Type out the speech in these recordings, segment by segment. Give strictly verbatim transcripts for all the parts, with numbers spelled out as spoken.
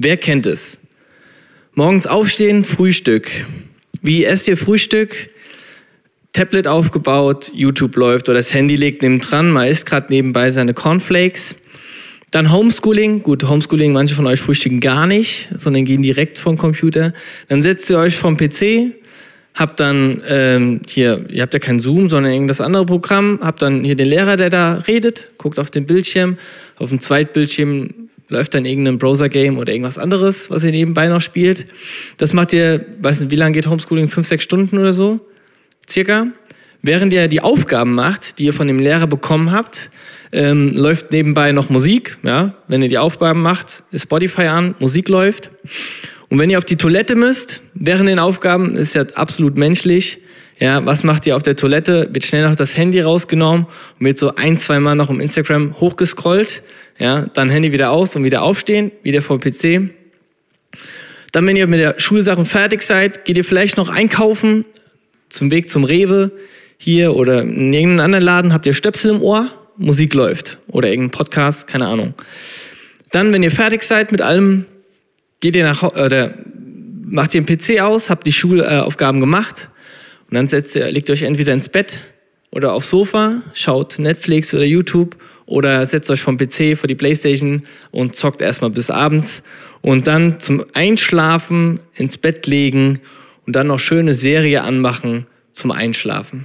Wer kennt es? Morgens aufstehen, Frühstück. Wie esst ihr Frühstück? Tablet aufgebaut, YouTube läuft oder das Handy liegt neben dran, man isst gerade nebenbei seine Cornflakes. Dann Homeschooling. Gut, Homeschooling, manche von euch frühstücken gar nicht, sondern gehen direkt vom Computer. Dann setzt ihr euch vom P C, habt dann ähm, hier, ihr habt ja kein Zoom, sondern irgendein anderes Programm, habt dann hier den Lehrer, der da redet, guckt auf den Bildschirm, auf dem Zweitbildschirm läuft dann irgendein Browser-Game oder irgendwas anderes, was ihr nebenbei noch spielt. Das macht ihr, weiß nicht, wie lange geht Homeschooling? Fünf, sechs Stunden oder so? Circa. Während ihr die Aufgaben macht, die ihr von dem Lehrer bekommen habt, ähm, läuft nebenbei noch Musik. Ja? Wenn ihr die Aufgaben macht, ist Spotify an, Musik läuft. Und wenn ihr auf die Toilette müsst, während den Aufgaben, ist ja absolut menschlich. Ja, was macht ihr auf der Toilette? Wird schnell noch das Handy rausgenommen und wird so ein, zwei Mal noch um Instagram hochgescrollt. Ja, dann Handy wieder aus und wieder aufstehen, wieder vor dem P C. Dann, wenn ihr mit der Schulsachen fertig seid, geht ihr vielleicht noch einkaufen, zum Weg zum Rewe hier oder in irgendeinem anderen Laden, habt ihr Stöpsel im Ohr, Musik läuft oder irgendein Podcast, keine Ahnung. Dann, wenn ihr fertig seid mit allem, geht ihr nach oder macht ihr den P C aus, habt die Schulaufgaben gemacht und dann setzt ihr, legt ihr euch entweder ins Bett oder aufs Sofa, schaut Netflix oder YouTube oder setzt euch vom P C vor die Playstation und zockt erstmal bis abends und dann zum Einschlafen ins Bett legen und dann noch schöne Serie anmachen zum Einschlafen.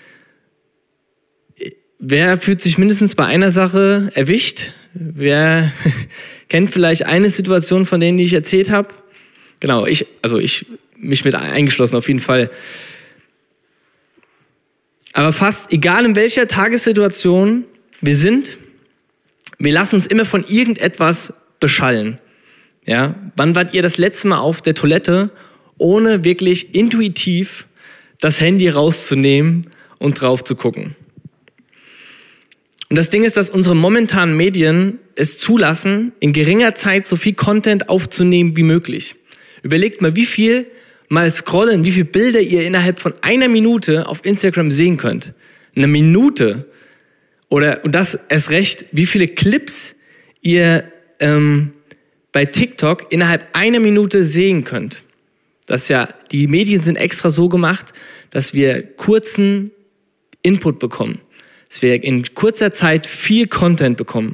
Wer fühlt sich mindestens bei einer Sache erwischt? Wer kennt vielleicht eine Situation von denen, die ich erzählt habe? Genau, ich, also ich, mich mit eingeschlossen auf jeden Fall. Aber fast egal in welcher Tagessituation wir sind, wir lassen uns immer von irgendetwas beschallen. Ja? Wann wart ihr das letzte Mal auf der Toilette, ohne wirklich intuitiv das Handy rauszunehmen und drauf zu gucken? Und das Ding ist, dass unsere momentanen Medien es zulassen, in geringer Zeit so viel Content aufzunehmen wie möglich. Überlegt mal, wie viel mal scrollen, wie viele Bilder ihr innerhalb von einer Minute auf Instagram sehen könnt. Eine Minute. Oder, und das erst recht, wie viele Clips ihr ähm, bei TikTok innerhalb einer Minute sehen könnt. Das ist ja, die Medien sind extra so gemacht, dass wir kurzen Input bekommen. Dass wir in kurzer Zeit viel Content bekommen.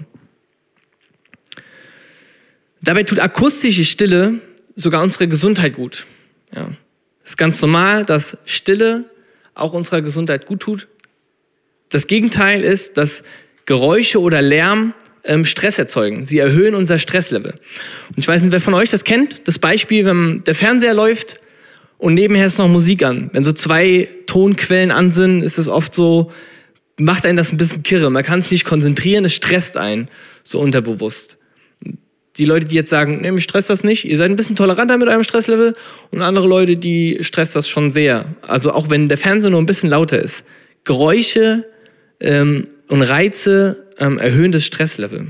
Dabei tut akustische Stille sogar unserer Gesundheit gut. Ja. Es ist ganz normal, dass Stille auch unserer Gesundheit gut tut. Das Gegenteil ist, dass Geräusche oder Lärm ähm, Stress erzeugen. Sie erhöhen unser Stresslevel. Und ich weiß nicht, wer von euch das kennt. Das Beispiel, wenn der Fernseher läuft und nebenher ist noch Musik an. Wenn so zwei Tonquellen an sind, ist es oft so, macht einen das ein bisschen kirre. Man kann es nicht konzentrieren, es stresst einen so unterbewusst. Die Leute, die jetzt sagen, nee, mich stresst das nicht, ihr seid ein bisschen toleranter mit eurem Stresslevel, und andere Leute, die stresst das schon sehr. Also auch wenn der Fernseher nur ein bisschen lauter ist. Geräusche ähm, und Reize ähm, erhöhen das Stresslevel.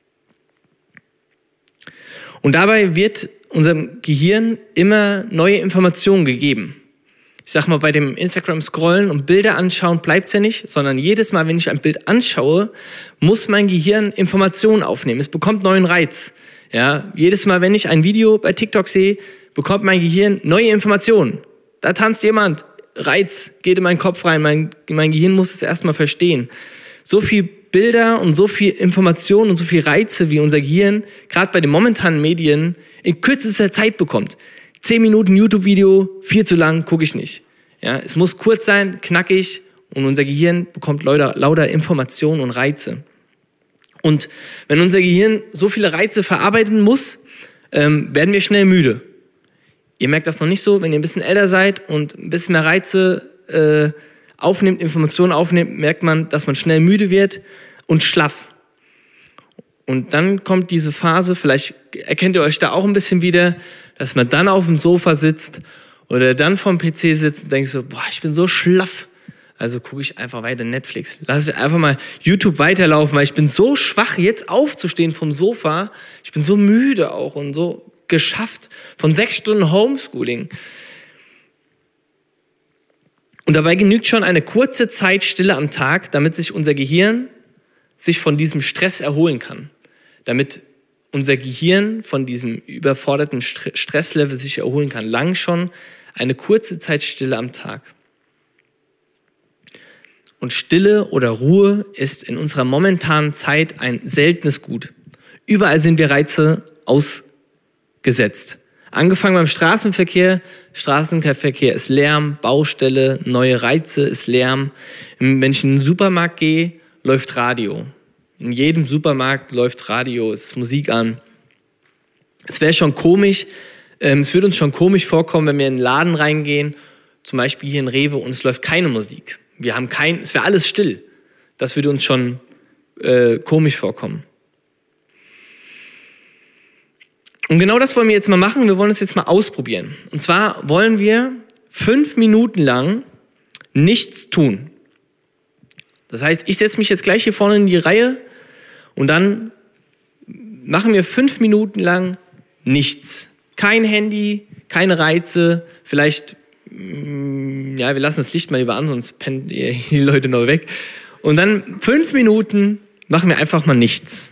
Und dabei wird unserem Gehirn immer neue Informationen gegeben. Ich sag mal, bei dem Instagram-Scrollen und Bilder anschauen bleibt es ja nicht, sondern jedes Mal, wenn ich ein Bild anschaue, muss mein Gehirn Informationen aufnehmen. Es bekommt neuen Reiz. Ja, jedes Mal, wenn ich ein Video bei TikTok sehe, bekommt mein Gehirn neue Informationen. Da tanzt jemand, Reiz geht in meinen Kopf rein, mein, mein Gehirn muss es erstmal verstehen. So viel Bilder und so viel Informationen und so viel Reize, wie unser Gehirn gerade bei den momentanen Medien in kürzester Zeit bekommt. Zehn Minuten YouTube-Video, viel zu lang, gucke ich nicht. Ja, es muss kurz sein, knackig, und unser Gehirn bekommt lauter, lauter Informationen und Reize. Und wenn unser Gehirn so viele Reize verarbeiten muss, ähm, werden wir schnell müde. Ihr merkt das noch nicht so, wenn ihr ein bisschen älter seid und ein bisschen mehr Reize äh, aufnimmt, Informationen aufnimmt, merkt man, dass man schnell müde wird und schlaff. Und dann kommt diese Phase, vielleicht erkennt ihr euch da auch ein bisschen wieder, dass man dann auf dem Sofa sitzt oder dann vorm P C sitzt und denkt so, boah, ich bin so schlaff. Also gucke ich einfach weiter Netflix. Lass ich einfach mal YouTube weiterlaufen, weil ich bin so schwach, jetzt aufzustehen vom Sofa. Ich bin so müde auch und so geschafft von sechs Stunden Homeschooling. Und dabei genügt schon eine kurze Zeit Stille am Tag, damit sich unser Gehirn sich von diesem Stress erholen kann. Damit unser Gehirn von diesem überforderten Stresslevel sich erholen kann. Lang schon eine kurze Zeit Stille am Tag. Und Stille oder Ruhe ist in unserer momentanen Zeit ein seltenes Gut. Überall sind wir Reize ausgesetzt. Angefangen beim Straßenverkehr. Straßenverkehr ist Lärm, Baustelle, neue Reize ist Lärm. Wenn ich in den Supermarkt gehe, läuft Radio. In jedem Supermarkt läuft Radio, es ist Musik an. Es wäre schon komisch, ähm, es würde uns schon komisch vorkommen, wenn wir in einen Laden reingehen, zum Beispiel hier in Rewe, und es läuft keine Musik. Wir haben kein, es wäre alles still. Das würde uns schon äh, komisch vorkommen. Und genau das wollen wir jetzt mal machen. Wir wollen es jetzt mal ausprobieren. Und zwar wollen wir fünf Minuten lang nichts tun. Das heißt, ich setze mich jetzt gleich hier vorne in die Reihe und dann machen wir fünf Minuten lang nichts. Kein Handy, keine Reize, vielleicht, ja, wir lassen das Licht mal lieber an, sonst pennen die Leute noch weg. Und dann fünf Minuten machen wir einfach mal nichts.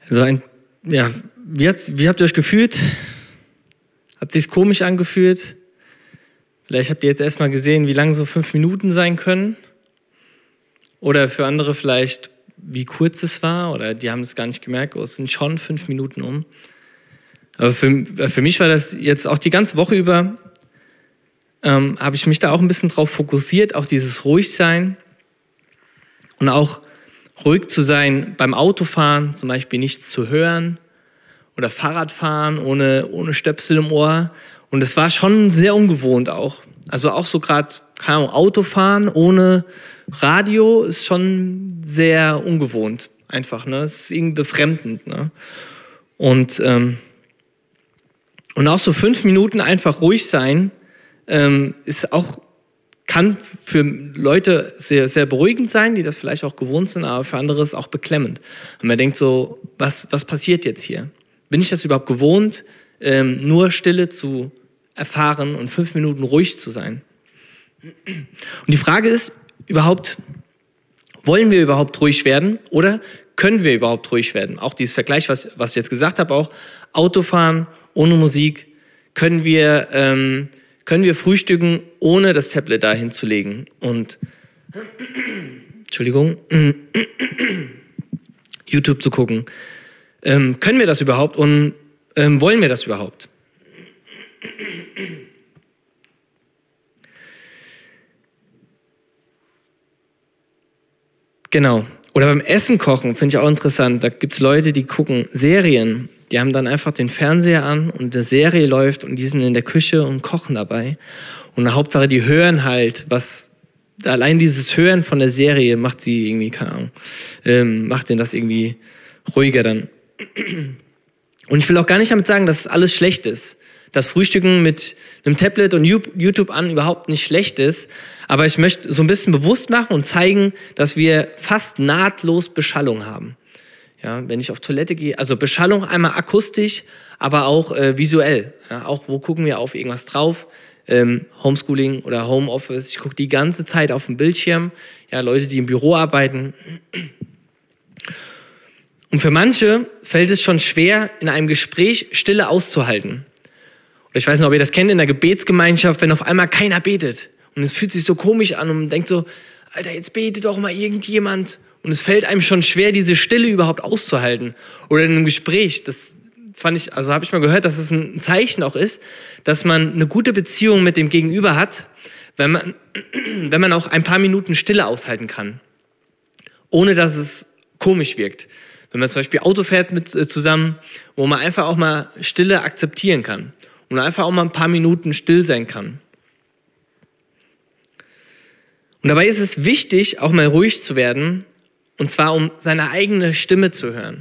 Also ein, ja, wie, hat's, wie habt ihr euch gefühlt? Hat sich's komisch angefühlt? Vielleicht habt ihr jetzt erstmal gesehen, wie lang so fünf Minuten sein können. Oder für andere vielleicht, wie kurz es war. Oder die haben es gar nicht gemerkt. Oh, es sind schon fünf Minuten um. Aber für, für mich war das jetzt auch die ganze Woche über, ähm, habe ich mich da auch ein bisschen drauf fokussiert, auch dieses Ruhigsein. Und auch ruhig zu sein beim Autofahren, zum Beispiel nichts zu hören. Oder Fahrradfahren ohne, ohne Stöpsel im Ohr. Und es war schon sehr ungewohnt auch. Also auch so gerade, keine Ahnung, Autofahren ohne Radio ist schon sehr ungewohnt. Einfach, ne? Es ist irgendwie befremdend, ne? Und, ähm, und auch so fünf Minuten einfach ruhig sein, ähm, ist auch, kann für Leute sehr, sehr beruhigend sein, die das vielleicht auch gewohnt sind, aber für andere ist es auch beklemmend. Und man denkt so, was, was passiert jetzt hier? Bin ich das überhaupt gewohnt, ähm, nur Stille zu erfahren und fünf Minuten ruhig zu sein? Und die Frage ist überhaupt, wollen wir überhaupt ruhig werden oder können wir überhaupt ruhig werden? Auch dieses Vergleich, was, was ich jetzt gesagt habe, auch Autofahren ohne Musik, können wir, ähm, können wir frühstücken, ohne das Tablet da hinzulegen. Und Entschuldigung, YouTube zu gucken. Ähm, können wir das überhaupt und ähm, wollen wir das überhaupt? Genau. Oder beim Essen kochen finde ich auch interessant. Da gibt es Leute, die gucken Serien. Die haben dann einfach den Fernseher an und eine Serie läuft und die sind in der Küche und kochen dabei. Und eine Hauptsache, die hören halt, was allein dieses Hören von der Serie macht sie irgendwie, keine Ahnung, ähm, macht denen das irgendwie ruhiger dann. Und ich will auch gar nicht damit sagen, dass alles schlecht ist. Dass Frühstücken mit einem Tablet und YouTube an überhaupt nicht schlecht ist. Aber ich möchte so ein bisschen bewusst machen und zeigen, dass wir fast nahtlos Beschallung haben. Ja, wenn ich auf Toilette gehe, also Beschallung einmal akustisch, aber auch äh, visuell. Ja, auch wo gucken wir auf irgendwas drauf? Ähm, Homeschooling oder Homeoffice. Ich gucke die ganze Zeit auf den Bildschirm. Ja, Leute, die im Büro arbeiten. Und für manche fällt es schon schwer, in einem Gespräch Stille auszuhalten. Oder ich weiß nicht, ob ihr das kennt in der Gebetsgemeinschaft, wenn auf einmal keiner betet. Und es fühlt sich so komisch an und man denkt so, Alter, jetzt betet doch mal irgendjemand. Und es fällt einem schon schwer, diese Stille überhaupt auszuhalten. Oder in einem Gespräch, das fand ich, also habe ich mal gehört, dass es ein Zeichen auch ist, dass man eine gute Beziehung mit dem Gegenüber hat, wenn man, wenn man auch ein paar Minuten Stille aushalten kann. Ohne dass es komisch wirkt. Wenn man zum Beispiel Auto fährt mit äh, zusammen, wo man einfach auch mal Stille akzeptieren kann. Und einfach auch mal ein paar Minuten still sein kann. Und dabei ist es wichtig, auch mal ruhig zu werden, und zwar um seine eigene Stimme zu hören.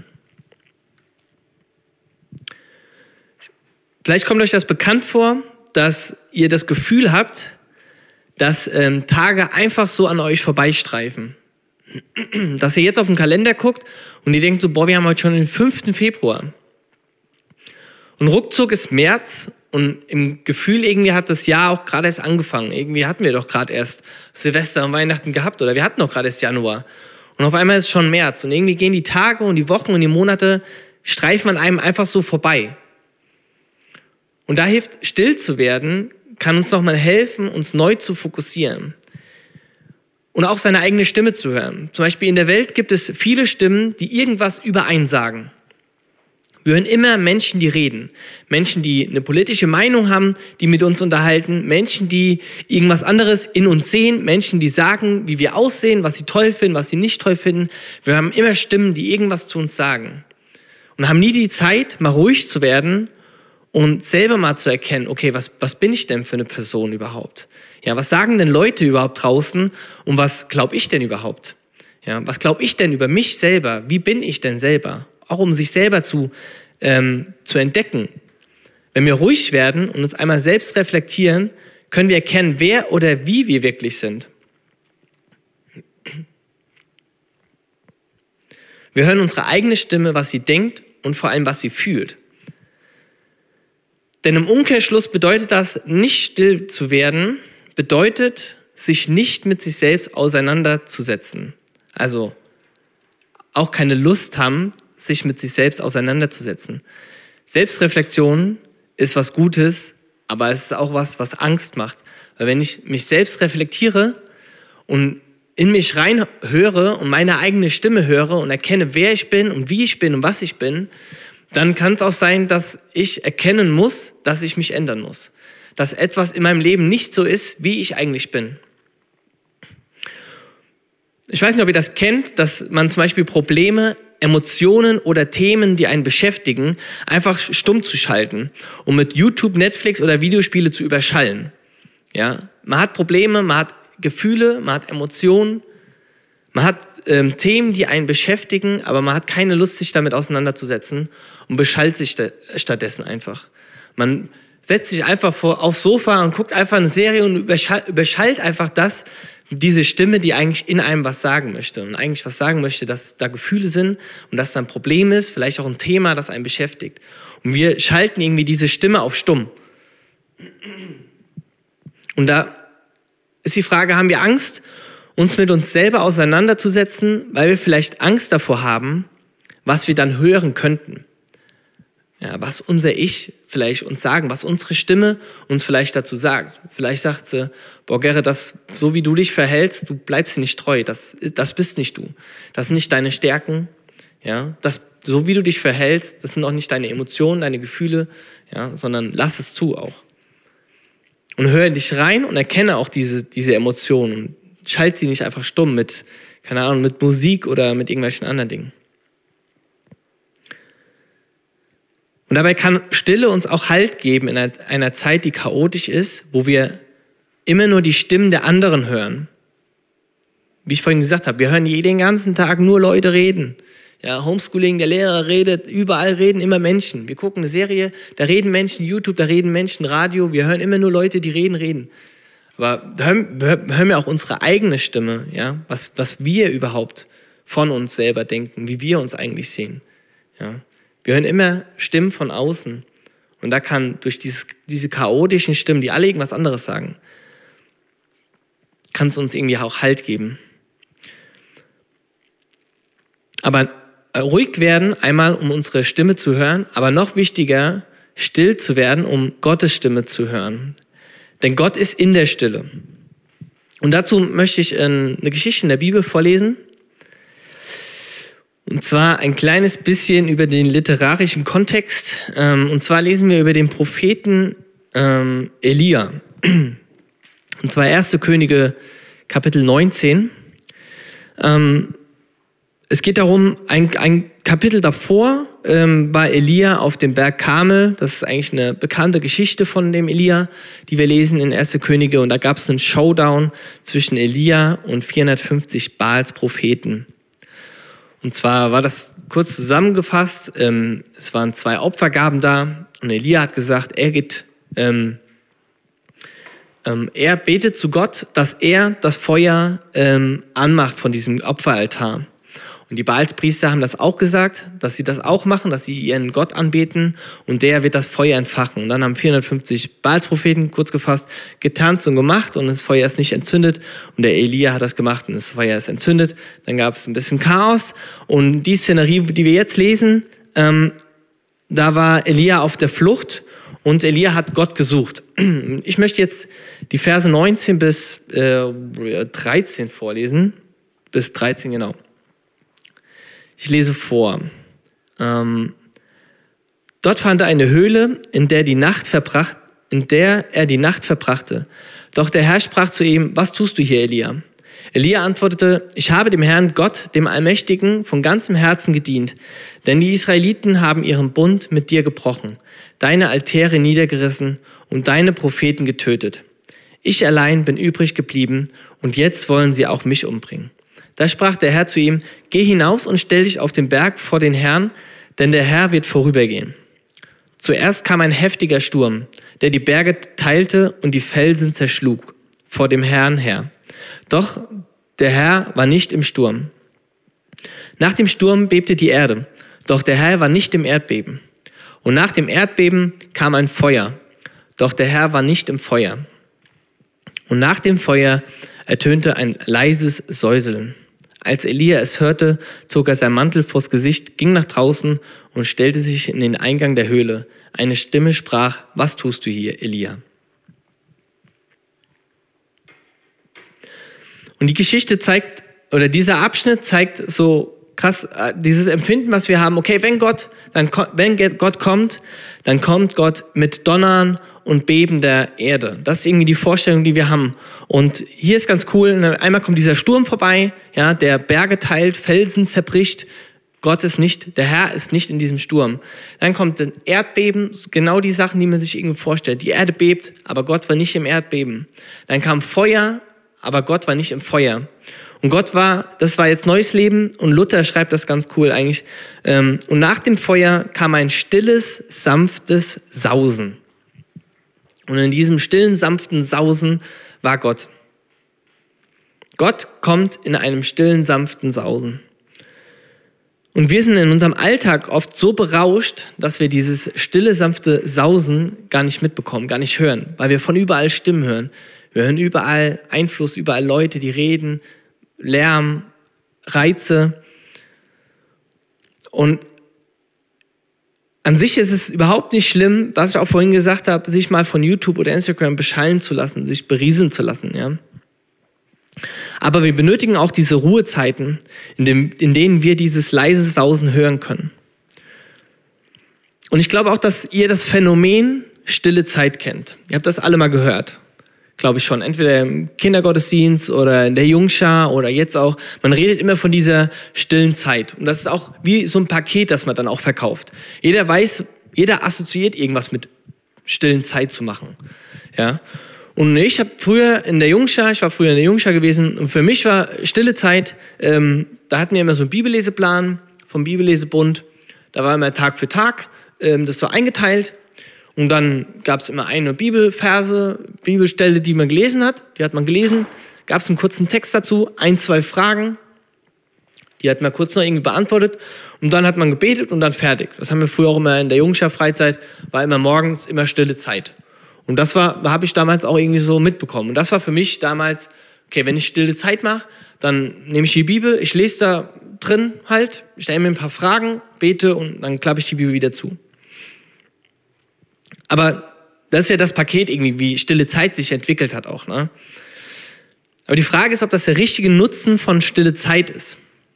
Vielleicht kommt euch das bekannt vor, dass ihr das Gefühl habt, dass ähm, Tage einfach so an euch vorbeistreifen. Dass ihr jetzt auf den Kalender guckt und ihr denkt so, boah, wir haben heute schon den fünften Februar. Und ruckzuck ist März und im Gefühl irgendwie hat das Jahr auch gerade erst angefangen. Irgendwie hatten wir doch gerade erst Silvester und Weihnachten gehabt oder wir hatten doch gerade erst Januar. Und auf einmal ist es schon März und irgendwie gehen die Tage und die Wochen und die Monate streifen an einem einfach so vorbei. Und da hilft, still zu werden, kann uns nochmal helfen, uns neu zu fokussieren. Und auch seine eigene Stimme zu hören. Zum Beispiel in der Welt gibt es viele Stimmen, die irgendwas über einen sagen. Wir hören immer Menschen, die reden. Menschen, die eine politische Meinung haben, die mit uns unterhalten. Menschen, die irgendwas anderes in uns sehen. Menschen, die sagen, wie wir aussehen, was sie toll finden, was sie nicht toll finden. Wir haben immer Stimmen, die irgendwas zu uns sagen. Und haben nie die Zeit, mal ruhig zu werden und selber mal zu erkennen, okay, was, was bin ich denn für eine Person überhaupt? Ja, was sagen denn Leute überhaupt draußen und was glaube ich denn überhaupt? Ja, was glaube ich denn über mich selber? Wie bin ich denn selber? Auch um sich selber zu, ähm, zu entdecken. Wenn wir ruhig werden und uns einmal selbst reflektieren, können wir erkennen, wer oder wie wir wirklich sind. Wir hören unsere eigene Stimme, was sie denkt und vor allem, was sie fühlt. Denn im Umkehrschluss bedeutet das, nicht still zu werden, bedeutet, sich nicht mit sich selbst auseinanderzusetzen. Also auch keine Lust haben, sich mit sich selbst auseinanderzusetzen. Selbstreflexion ist was Gutes, aber es ist auch was, was Angst macht. Weil wenn ich mich selbst reflektiere und in mich reinhöre und meine eigene Stimme höre und erkenne, wer ich bin und wie ich bin und was ich bin, dann kann es auch sein, dass ich erkennen muss, dass ich mich ändern muss. Dass etwas in meinem Leben nicht so ist, wie ich eigentlich bin. Ich weiß nicht, ob ihr das kennt, dass man zum Beispiel Probleme, Emotionen oder Themen, die einen beschäftigen, einfach stumm zu schalten, um mit YouTube, Netflix oder Videospiele zu überschallen. Ja? Man hat Probleme, man hat Gefühle, man hat Emotionen, man hat ähm, Themen, die einen beschäftigen, aber man hat keine Lust, sich damit auseinanderzusetzen und beschallt sich st- stattdessen einfach. Man setzt sich einfach vor, aufs Sofa und guckt einfach eine Serie und überschall, überschallt einfach das, diese Stimme, die eigentlich in einem was sagen möchte und eigentlich was sagen möchte, dass da Gefühle sind und dass da ein Problem ist, vielleicht auch ein Thema, das einen beschäftigt. Und wir schalten irgendwie diese Stimme auf stumm. Und da ist die Frage, haben wir Angst, uns mit uns selber auseinanderzusetzen, weil wir vielleicht Angst davor haben, was wir dann hören könnten. Ja, was unser Ich vielleicht uns sagen, was unsere Stimme uns vielleicht dazu sagt. Vielleicht sagt sie, boah Gerrit, das, so wie du dich verhältst, du bleibst dir nicht treu, das, das bist nicht du. Das sind nicht deine Stärken, ja, das, so wie du dich verhältst, das sind auch nicht deine Emotionen, deine Gefühle, ja, sondern lass es zu auch. Und höre dich rein und erkenne auch diese, diese Emotionen. Schalt sie nicht einfach stumm mit, keine Ahnung, mit Musik oder mit irgendwelchen anderen Dingen. Und dabei kann Stille uns auch Halt geben in einer, einer Zeit, die chaotisch ist, wo wir immer nur die Stimmen der anderen hören. Wie ich vorhin gesagt habe, wir hören jeden ganzen Tag nur Leute reden. Ja, Homeschooling, der Lehrer redet, überall reden immer Menschen. Wir gucken eine Serie, da reden Menschen, YouTube, da reden Menschen, Radio. Wir hören immer nur Leute, die reden, reden. Aber hören, hören wir auch unsere eigene Stimme, ja, was, was wir überhaupt von uns selber denken, wie wir uns eigentlich sehen. Ja. Wir hören immer Stimmen von außen. Und da kann durch dieses, diese chaotischen Stimmen, die alle irgendwas anderes sagen, kann es uns irgendwie auch Halt geben. Aber ruhig werden, einmal um unsere Stimme zu hören, aber noch wichtiger, still zu werden, um Gottes Stimme zu hören. Denn Gott ist in der Stille. Und dazu möchte ich eine Geschichte in der Bibel vorlesen. Und zwar ein kleines bisschen über den literarischen Kontext. Und zwar lesen wir über den Propheten Elia. Und zwar erste Könige, Kapitel neunzehn. Es geht darum, ein, ein Kapitel davor ähm, war Elia auf dem Berg Karmel. Das ist eigentlich eine bekannte Geschichte von dem Elia, die wir lesen in erste Könige. Und da gab es einen Showdown zwischen Elia und vierhundertfünfzig Baals Propheten. Und zwar war das kurz zusammengefasst, ähm, es waren zwei Opfergaben da. Und Elia hat gesagt, er geht, ähm, ähm, er betet zu Gott, dass er das Feuer ähm, anmacht von diesem Opferaltar. Und die Baalspriester haben das auch gesagt, dass sie das auch machen, dass sie ihren Gott anbeten und der wird das Feuer entfachen. Und dann haben vierhundertfünfzig Baalspropheten, kurz gefasst, getanzt und gemacht und das Feuer ist nicht entzündet. Und der Elia hat das gemacht und das Feuer ist entzündet. Dann gab es ein bisschen Chaos und die Szenerie, die wir jetzt lesen, ähm, da war Elia auf der Flucht und Elia hat Gott gesucht. Ich möchte jetzt die Verse neunzehn bis äh, dreizehn vorlesen. Bis dreizehn, genau. Ich lese vor. Ähm, Dort fand er eine Höhle, in der, die Nacht verbracht, in der er die Nacht verbrachte. Doch der Herr sprach zu ihm, was tust du hier, Elia? Elia antwortete, ich habe dem Herrn Gott, dem Allmächtigen, von ganzem Herzen gedient. Denn die Israeliten haben ihren Bund mit dir gebrochen, deine Altäre niedergerissen und deine Propheten getötet. Ich allein bin übrig geblieben und jetzt wollen sie auch mich umbringen. Da sprach der Herr zu ihm, geh hinaus und stell dich auf den Berg vor den Herrn, denn der Herr wird vorübergehen. Zuerst kam ein heftiger Sturm, der die Berge teilte und die Felsen zerschlug, vor dem Herrn her. Doch der Herr war nicht im Sturm. Nach dem Sturm bebte die Erde, doch der Herr war nicht im Erdbeben. Und nach dem Erdbeben kam ein Feuer, doch der Herr war nicht im Feuer. Und nach dem Feuer ertönte ein leises Säuseln. Als Elia es hörte, zog er seinen Mantel vors Gesicht, ging nach draußen und stellte sich in den Eingang der Höhle. Eine Stimme sprach: Was tust du hier, Elia? Und die Geschichte zeigt, oder dieser Abschnitt zeigt so krass dieses Empfinden, was wir haben. Okay, wenn Gott, dann, wenn Gott kommt, dann kommt Gott mit Donnern und Beben der Erde. Das ist irgendwie die Vorstellung, die wir haben. Und hier ist ganz cool, einmal kommt dieser Sturm vorbei, ja, der Berge teilt, Felsen zerbricht. Gott ist nicht, der Herr ist nicht in diesem Sturm. Dann kommt ein Erdbeben, genau die Sachen, die man sich irgendwie vorstellt. Die Erde bebt, aber Gott war nicht im Erdbeben. Dann kam Feuer, aber Gott war nicht im Feuer. Und Gott war, das war jetzt neues Leben, und Luther schreibt das ganz cool eigentlich. Und nach dem Feuer kam ein stilles, sanftes Sausen. Und in diesem stillen, sanften Sausen war Gott. Gott kommt in einem stillen, sanften Sausen. Und wir sind in unserem Alltag oft so berauscht, dass wir dieses stille, sanfte Sausen gar nicht mitbekommen, gar nicht hören, weil wir von überall Stimmen hören. Wir hören überall Einfluss, überall Leute, die reden, Lärm, Reize. Und an sich ist es überhaupt nicht schlimm, was ich auch vorhin gesagt habe, sich mal von YouTube oder Instagram beschallen zu lassen, sich berieseln zu lassen. Ja? Aber wir benötigen auch diese Ruhezeiten, in, dem, in denen wir dieses leise Sausen hören können. Und ich glaube auch, dass ihr das Phänomen stille Zeit kennt. Ihr habt das alle mal gehört. Glaube ich schon, entweder im Kindergottesdienst oder in der Jungschar oder jetzt auch. Man redet immer von dieser stillen Zeit. Und das ist auch wie so ein Paket, das man dann auch verkauft. Jeder weiß, jeder assoziiert irgendwas mit stillen Zeit zu machen. Ja. Und ich habe früher in der Jungschar, ich war früher in der Jungschar gewesen, und für mich war stille Zeit, ähm, da hatten wir immer so einen Bibelleseplan vom Bibellesebund. Da war immer Tag für Tag, ähm, das so eingeteilt. Und dann gab es immer eine Bibelverse, Bibelstelle, die man gelesen hat. Die hat man gelesen. Gab es einen kurzen Text dazu, ein, zwei Fragen. Die hat man kurz noch irgendwie beantwortet. Und dann hat man gebetet und dann fertig. Das haben wir früher auch immer in der Jungschar-Freizeit, war immer morgens immer stille Zeit. Und das war, da habe ich damals auch irgendwie so mitbekommen. Und das war für mich damals, okay, wenn ich stille Zeit mache, dann nehme ich die Bibel, ich lese da drin halt, stelle mir ein paar Fragen, bete und dann klappe ich die Bibel wieder zu. Aber das ist ja das Paket irgendwie, wie stille Zeit sich entwickelt hat auch. Ne? Aber die Frage ist, ob das der richtige Nutzen von stille Zeit ist.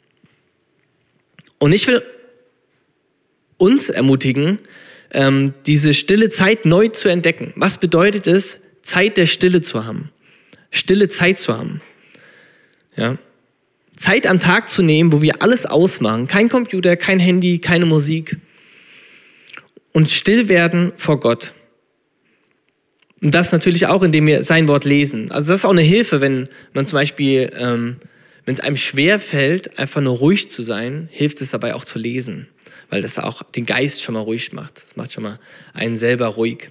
Und ich will uns ermutigen, ähm, diese stille Zeit neu zu entdecken. Was bedeutet es, Zeit der Stille zu haben? Stille Zeit zu haben. Ja? Zeit am Tag zu nehmen, wo wir alles ausmachen. Kein Computer, kein Handy, keine Musik. Und still werden vor Gott. Und das natürlich auch, indem wir sein Wort lesen. Also das ist auch eine Hilfe, wenn man zum Beispiel, ähm, wenn es einem schwer fällt, einfach nur ruhig zu sein, hilft es dabei auch zu lesen. Weil das auch den Geist schon mal ruhig macht. Das macht schon mal einen selber ruhig.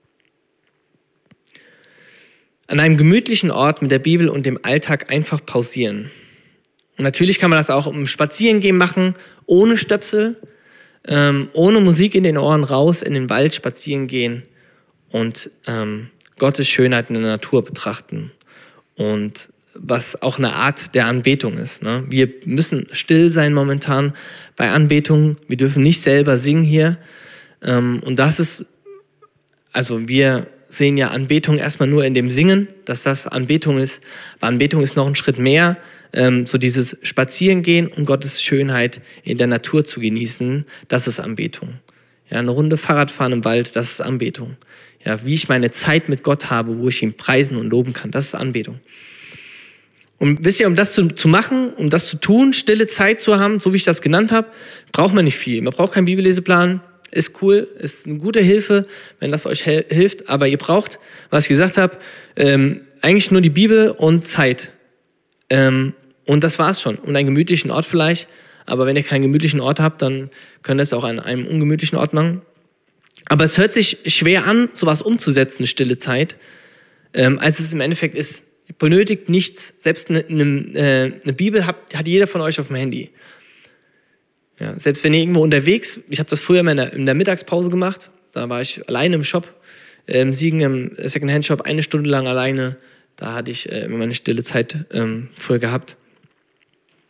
An einem gemütlichen Ort mit der Bibel und dem Alltag einfach pausieren. Und natürlich kann man das auch im Spazierengehen machen, ohne Stöpsel, ähm, ohne Musik in den Ohren, raus in den Wald spazieren gehen und ähm, Gottes Schönheit in der Natur betrachten. Und was auch eine Art der Anbetung ist. Ne? Wir müssen still sein momentan bei Anbetung. Wir dürfen nicht selber singen hier. Ähm, und das ist, also wir sehen ja Anbetung erstmal nur in dem Singen, dass das Anbetung ist. Aber Anbetung ist noch ein Schritt mehr, ähm, so dieses Spazierengehen und Gottes Schönheit in der Natur zu genießen, das ist Anbetung. Ja, eine Runde Fahrradfahren im Wald, das ist Anbetung. Ja, wie ich meine Zeit mit Gott habe, wo ich ihn preisen und loben kann, das ist Anbetung. Und wisst ihr, um das zu, zu machen, um das zu tun, stille Zeit zu haben, so wie ich das genannt habe, braucht man nicht viel. Man braucht keinen Bibelleseplan, ist cool, ist eine gute Hilfe, wenn das euch hel- hilft. Aber ihr braucht, was ich gesagt habe, ähm, eigentlich nur die Bibel und Zeit. Ähm, und das war's schon. Und einen gemütlichen Ort vielleicht. Aber wenn ihr keinen gemütlichen Ort habt, dann könnt ihr es auch an einem ungemütlichen Ort machen. Aber es hört sich schwer an, sowas umzusetzen, stille Zeit, ähm, als es im Endeffekt ist. Ihr benötigt nichts. Selbst eine, eine, eine Bibel hat, hat jeder von euch auf dem Handy. Ja, selbst wenn ihr irgendwo unterwegs, ich habe das früher mal in der, in der Mittagspause gemacht, da war ich alleine im Shop, ähm, Siegen im Secondhand-Shop, eine Stunde lang alleine, da hatte ich äh, immer meine stille Zeit ähm, früher gehabt.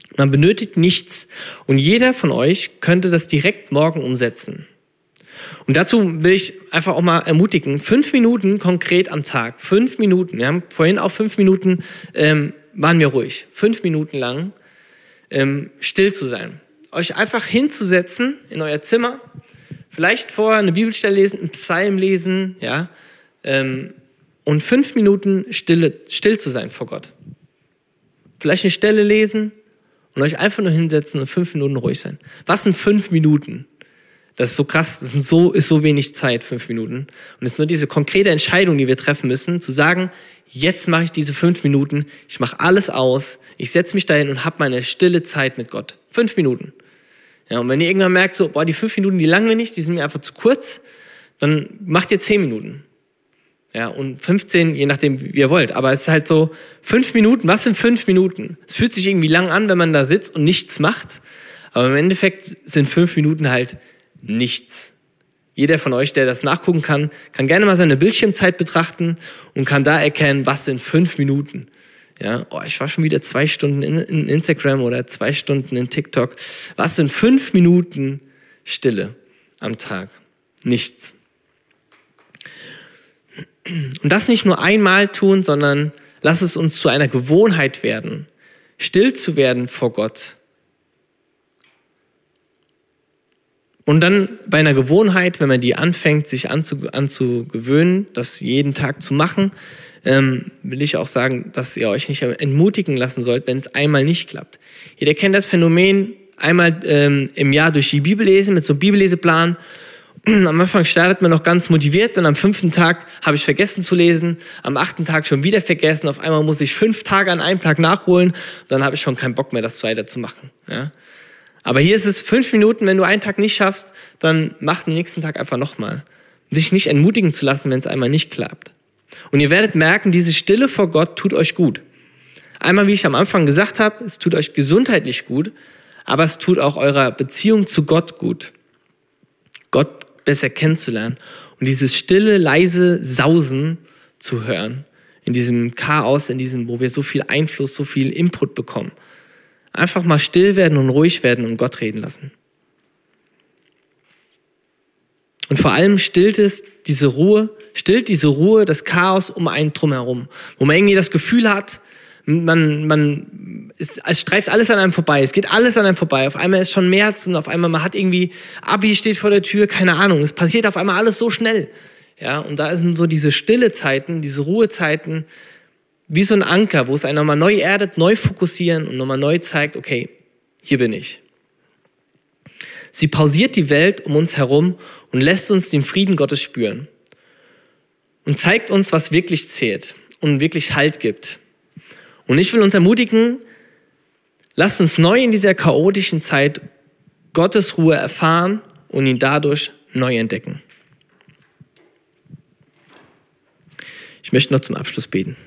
Man benötigt nichts und jeder von euch könnte das direkt morgen umsetzen. Und dazu will ich einfach auch mal ermutigen, fünf Minuten konkret am Tag, fünf Minuten, wir haben vorhin auch fünf Minuten, ähm, waren wir ruhig, fünf Minuten lang ähm, still zu sein. Euch einfach hinzusetzen in euer Zimmer, vielleicht vorher eine Bibelstelle lesen, einen Psalm lesen, ja, ähm, und fünf Minuten stille, still zu sein vor Gott. Vielleicht eine Stelle lesen und euch einfach nur hinsetzen und fünf Minuten ruhig sein. Was sind fünf Minuten? Das ist so krass, das ist so, ist so wenig Zeit, fünf Minuten. Und es ist nur diese konkrete Entscheidung, die wir treffen müssen, zu sagen, jetzt mache ich diese fünf Minuten, ich mache alles aus, ich setze mich dahin und habe meine stille Zeit mit Gott. Fünf Minuten. Ja, und wenn ihr irgendwann merkt, so, boah, die fünf Minuten, die langen wir nicht, die sind mir einfach zu kurz, dann macht ihr zehn Minuten. Ja, und fünfzehn, je nachdem, wie ihr wollt. Aber es ist halt so, fünf Minuten, was sind fünf Minuten? Es fühlt sich irgendwie lang an, wenn man da sitzt und nichts macht. Aber im Endeffekt sind fünf Minuten halt nichts. Jeder von euch, der das nachgucken kann, kann gerne mal seine Bildschirmzeit betrachten und kann da erkennen, was sind fünf Minuten. Ja, oh, ich war schon wieder zwei Stunden in, in Instagram oder zwei Stunden in TikTok. Was sind fünf Minuten Stille am Tag? Nichts. Und das nicht nur einmal tun, sondern lass es uns zu einer Gewohnheit werden, still zu werden vor Gott. Und dann bei einer Gewohnheit, wenn man die anfängt, sich anzu, anzugewöhnen, das jeden Tag zu machen, ähm, will ich auch sagen, dass ihr euch nicht entmutigen lassen sollt, wenn es einmal nicht klappt. Jeder kennt das Phänomen, einmal ähm, im Jahr durch die Bibel lesen, mit so einem Bibelleseplan. Am Anfang startet man noch ganz motiviert und am fünften Tag habe ich vergessen zu lesen, am achten Tag schon wieder vergessen, auf einmal muss ich fünf Tage an einem Tag nachholen, dann habe ich schon keinen Bock mehr, das weiterzumachen. Ja? Aber hier ist es fünf Minuten, wenn du einen Tag nicht schaffst, dann mach den nächsten Tag einfach nochmal. Sich nicht entmutigen zu lassen, wenn es einmal nicht klappt. Und ihr werdet merken, diese Stille vor Gott tut euch gut. Einmal, wie ich am Anfang gesagt habe, es tut euch gesundheitlich gut, aber es tut auch eurer Beziehung zu Gott gut. Gott besser kennenzulernen und dieses stille, leise Sausen zu hören. In diesem Chaos, in diesem, wo wir so viel Einfluss, so viel Input bekommen. Einfach mal still werden und ruhig werden und Gott reden lassen. Und vor allem stillt es diese Ruhe, stillt diese Ruhe, das Chaos um einen drumherum. Wo man irgendwie das Gefühl hat, man, man, es, es streift alles an einem vorbei, es geht alles an einem vorbei. Auf einmal ist schon März und auf einmal, man hat irgendwie, Abi steht vor der Tür, keine Ahnung. Es passiert auf einmal alles so schnell. Ja, und da sind so diese stille Zeiten, diese Ruhezeiten, wie so ein Anker, wo es einen nochmal neu erdet, neu fokussieren und nochmal neu zeigt, okay, hier bin ich. Sie pausiert die Welt um uns herum und lässt uns den Frieden Gottes spüren. Und zeigt uns, was wirklich zählt und wirklich Halt gibt. Und ich will uns ermutigen, lasst uns neu in dieser chaotischen Zeit Gottes Ruhe erfahren und ihn dadurch neu entdecken. Ich möchte noch zum Abschluss beten.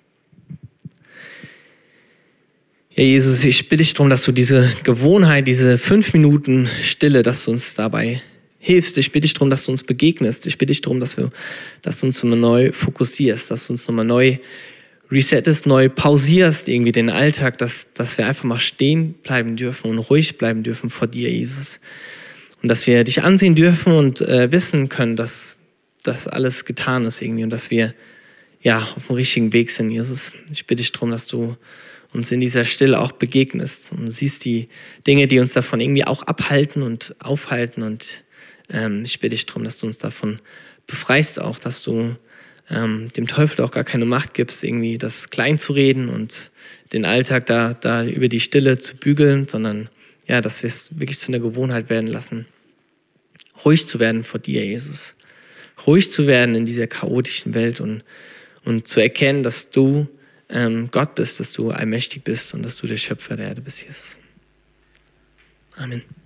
Ja, Jesus, ich bitte dich darum, dass du diese Gewohnheit, diese fünf Minuten Stille, dass du uns dabei hilfst. Ich bitte dich darum, dass du uns begegnest. Ich bitte dich darum, dass, wir, dass du uns nochmal neu fokussierst, dass du uns nochmal neu resettest, neu pausierst, irgendwie den Alltag, dass, dass wir einfach mal stehen bleiben dürfen und ruhig bleiben dürfen vor dir, Jesus. Und dass wir dich ansehen dürfen und äh, wissen können, dass das alles getan ist irgendwie und dass wir ja auf dem richtigen Weg sind, Jesus. Ich bitte dich darum, dass du uns in dieser Stille auch begegnest und siehst die Dinge, die uns davon irgendwie auch abhalten und aufhalten. Und ähm, ich bitte dich darum, dass du uns davon befreist auch, dass du ähm, dem Teufel auch gar keine Macht gibst, irgendwie das klein zu reden und den Alltag da, da über die Stille zu bügeln, sondern ja, dass wir es wirklich zu einer Gewohnheit werden lassen, ruhig zu werden vor dir, Jesus. Ruhig zu werden in dieser chaotischen Welt und, und zu erkennen, dass du ähm, Gott bist, dass du allmächtig bist und dass du der Schöpfer der Erde bist, Jesus. Amen.